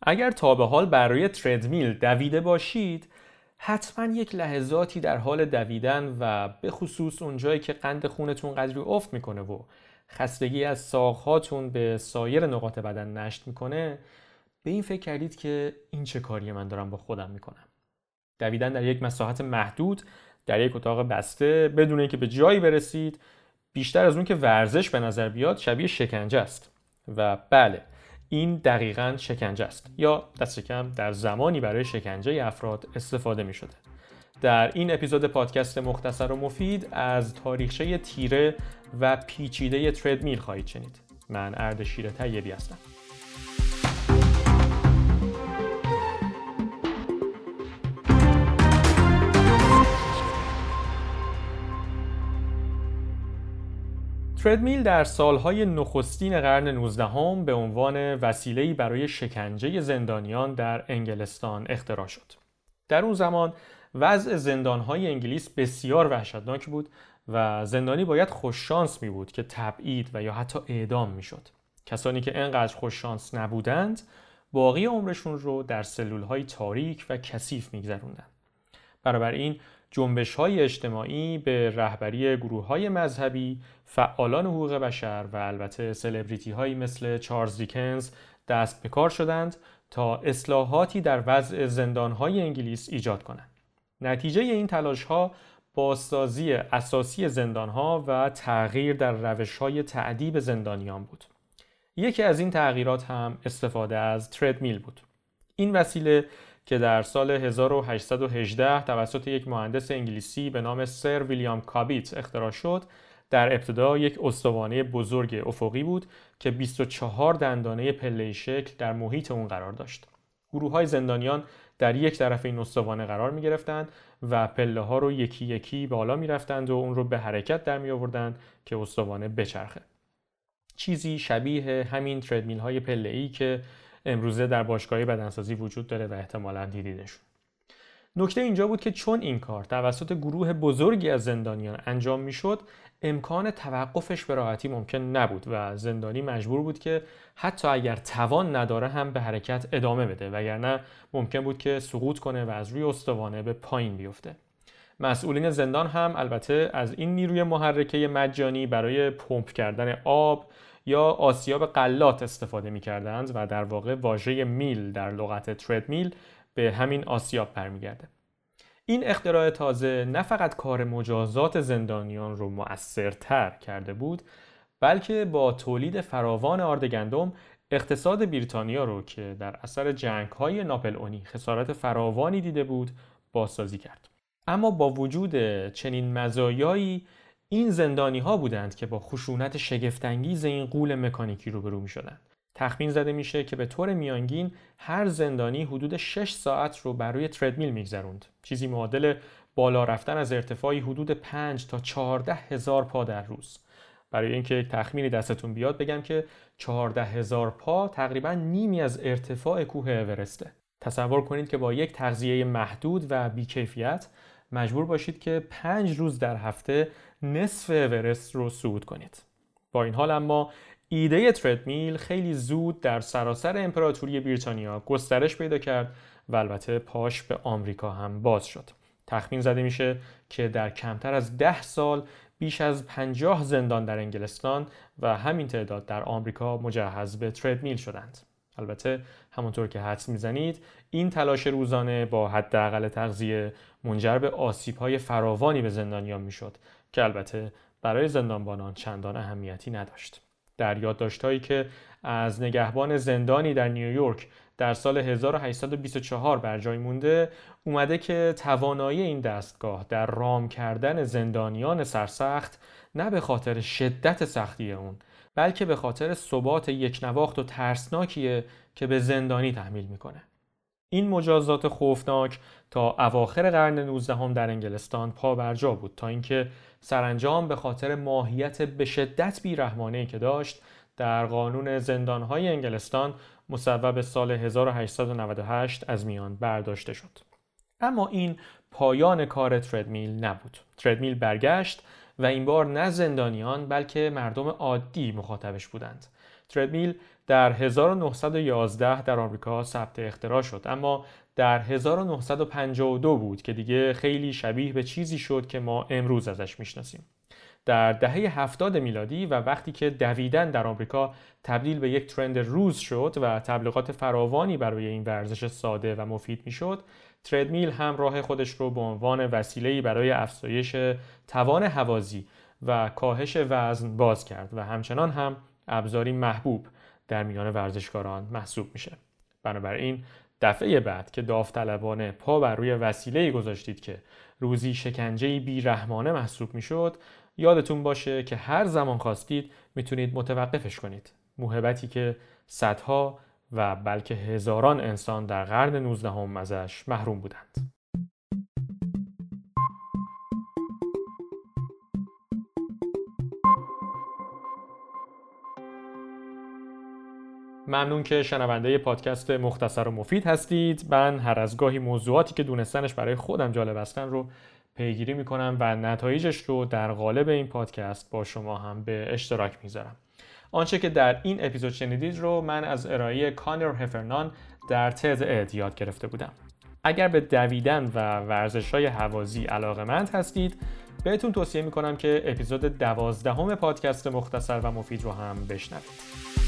اگر تا به حال برای تردمیل دویده باشید، حتما یک لحظاتی در حال دویدن و به خصوص اونجایی که قند خونتون قدری افت میکنه و خستگی از ساق‌هاتون به سایر نقاط بدن نشت میکنه، به این فکر کردید که این چه کاریه من دارم با خودم میکنم. دویدن در یک مساحت محدود در یک اتاق بسته بدون اینکه به جایی برسید، بیشتر از اون که ورزش به نظر بیاد شبیه شکنجه است. و بله، این دقیقاً شکنجه است، یا دست کم در زمانی برای شکنجه افراد استفاده می شده. در این اپیزود پادکست مختصر و مفید از تاریخچه تیره و پیچیده تردمیل خواهید شنید. من اردشیر طیبی هستم. تردمیل در سالهای نخستین قرن 19 به عنوان وسیله‌ای برای شکنجه زندانیان در انگلستان اختراع شد. در اون زمان وضع زندانهای انگلیس بسیار وحشتناک بود و زندانی باید خوششانس می بود که تبعید و یا حتی اعدام می شد. کسانی که انقدر خوششانس نبودند باقی عمرشون رو در سلولهای تاریک و کثیف می گذروندن. بنابراین جنبش‌های اجتماعی به رهبری گروه‌های مذهبی، فعالان حقوق بشر و البته سلبریتی‌هایی مثل چارلز دیکنز دست به کار شدند تا اصلاحاتی در وضع زندان‌های انگلیس ایجاد کنند. نتیجه این تلاش‌ها بازسازی اساسی زندان‌ها و تغییر در روش‌های تأدیب زندانیان بود. یکی از این تغییرات هم استفاده از تردمیل بود. این وسیله که در سال 1818 توسط یک مهندس انگلیسی به نام سر ویلیام کابیت اختراع شد، در ابتدا یک استوانه بزرگ افقی بود که 24 دندانه پله‌ای شکل در محیط اون قرار داشت. گروه‌های زندانیان در یک طرف این استوانه قرار می‌گرفتند و پله‌ها رو یکی یکی بالا می‌رفتند و اون رو به حرکت در می‌آوردند که استوانه بچرخه. چیزی شبیه همین تردمیل‌های پله‌ای که امروزه در باشگاه‌های بدنسازی وجود داره و احتمالاً دیدیدشون. نکته اینجا بود که چون این کار توسط گروه بزرگی از زندانیان انجام میشد، امکان توقفش به راحتی ممکن نبود و زندانی مجبور بود که حتی اگر توان نداره هم به حرکت ادامه بده، وگرنه ممکن بود که سقوط کنه و از روی استوانه به پایین بیفته. مسئولین زندان هم البته از این نیروی محرکه مجانی برای پمپ کردن آب یا آسیاب غلات استفاده می‌کردند و در واقع واژه میل در لغت تردمیل به همین آسیاب برمیگرده. این اختراع تازه نه فقط کار مجازات زندانیان رو مؤثرتر کرده بود، بلکه با تولید فراوان آرد گندم اقتصاد بریتانیا رو که در اثر جنگ‌های ناپلئونی خسارت فراوانی دیده بود بازسازی کرد. اما با وجود چنین مزایایی، این زندانی‌ها بودند که با خشونت شگفت‌انگیز این غول مکانیکی روبرو می‌شدند. تخمین زده میشه که به طور میانگین هر زندانی حدود 6 ساعت رو بر روی تردمیل می‌گذروند، چیزی معادل بالا رفتن از ارتفاعی حدود 5 تا 14 هزار پا در روز. برای اینکه یک تخمینی دستتون بیاد بگم که 14 هزار پا تقریباً نیمی از ارتفاع کوه اورسته. تصور کنید که با یک تغذیه محدود و بی‌کیفیت مجبور باشید که 5 روز در هفته نصف اورست رو صعود کنید. با این حال اما ایده تردمیل خیلی زود در سراسر امپراتوری بریتانیا گسترش پیدا کرد و البته پاش به آمریکا هم باز شد. تخمین زده میشه که در کمتر از 10 سال بیش از 50 زندان در انگلستان و همین تعداد در آمریکا مجهز به تردمیل شدند. البته همونطور که حدس میزنید این تلاش روزانه با حداقل تغذیه منجر به آسیب‌های فراوانی به زندانیان میشد که البته برای زندانبانان چندان اهمیتی نداشت. در یادداشت‌هایی که از نگهبان زندانی در نیویورک در سال 1824 بر جای مونده اومده که توانایی این دستگاه در رام کردن زندانیان سرسخت نه به خاطر شدت سختی اون، بلکه به خاطر ثبات یکنواخت و ترسناکیه که به زندانی تحمیل میکنه. این مجازات خوفناک تا اواخر قرن 19 در انگلستان پا برجا بود تا اینکه سرانجام به خاطر ماهیت به شدت بیرحمانه‌ای که داشت در قانون زندان‌های انگلستان مصوب سال 1898 از میان برداشته شد. اما این پایان کار تردمیل نبود. تردمیل برگشت و این بار نه زندانیان بلکه مردم عادی مخاطبش بودند. تردمیل در 1911 در آمریکا ثبت اختراع شد، اما در 1952 بود که دیگه خیلی شبیه به چیزی شد که ما امروز ازش میشناسیم. در دهه 70 میلادی و وقتی که دویدن در آمریکا تبدیل به یک ترند روز شد و تبلیغات فراوانی برای این ورزش ساده و مفید میشد، تردمیل هم راه خودش رو به عنوان وسیله‌ای برای افزایش توان هوازی و کاهش وزن باز کرد و همچنان هم ابزاری محبوب در میان ورزشکاران محسوب میشه. بنابراین دفعه بعد که داوطلبانه پا بر روی وسیله‌ای گذاشتید که روزی شکنجه‌ای بی‌رحمانه محسوب میشد، یادتون باشه که هر زمان خواستید میتونید متوقفش کنید. موهبتی که صدها و بلکه هزاران انسان در قرن 19 ازش محروم بودند. ممنون که شنونده پادکست مختصر و مفید هستید. من هر از گاهی موضوعاتی که دونستنش برای خودم جالب هستن رو پیگیری میکنم و نتایجش رو در قالب این پادکست با شما هم به اشتراک میذارم. آنچه که در این اپیزود شنیدید رو من از ارائه کانر هفرنان در تد اد یاد گرفته بودم. اگر به دویدن و ورزش‌های هوازی علاقه‌مند هستید، بهتون توصیه میکنم که اپیزود 12 پادکست مختصر و مفید رو هم بشنوید.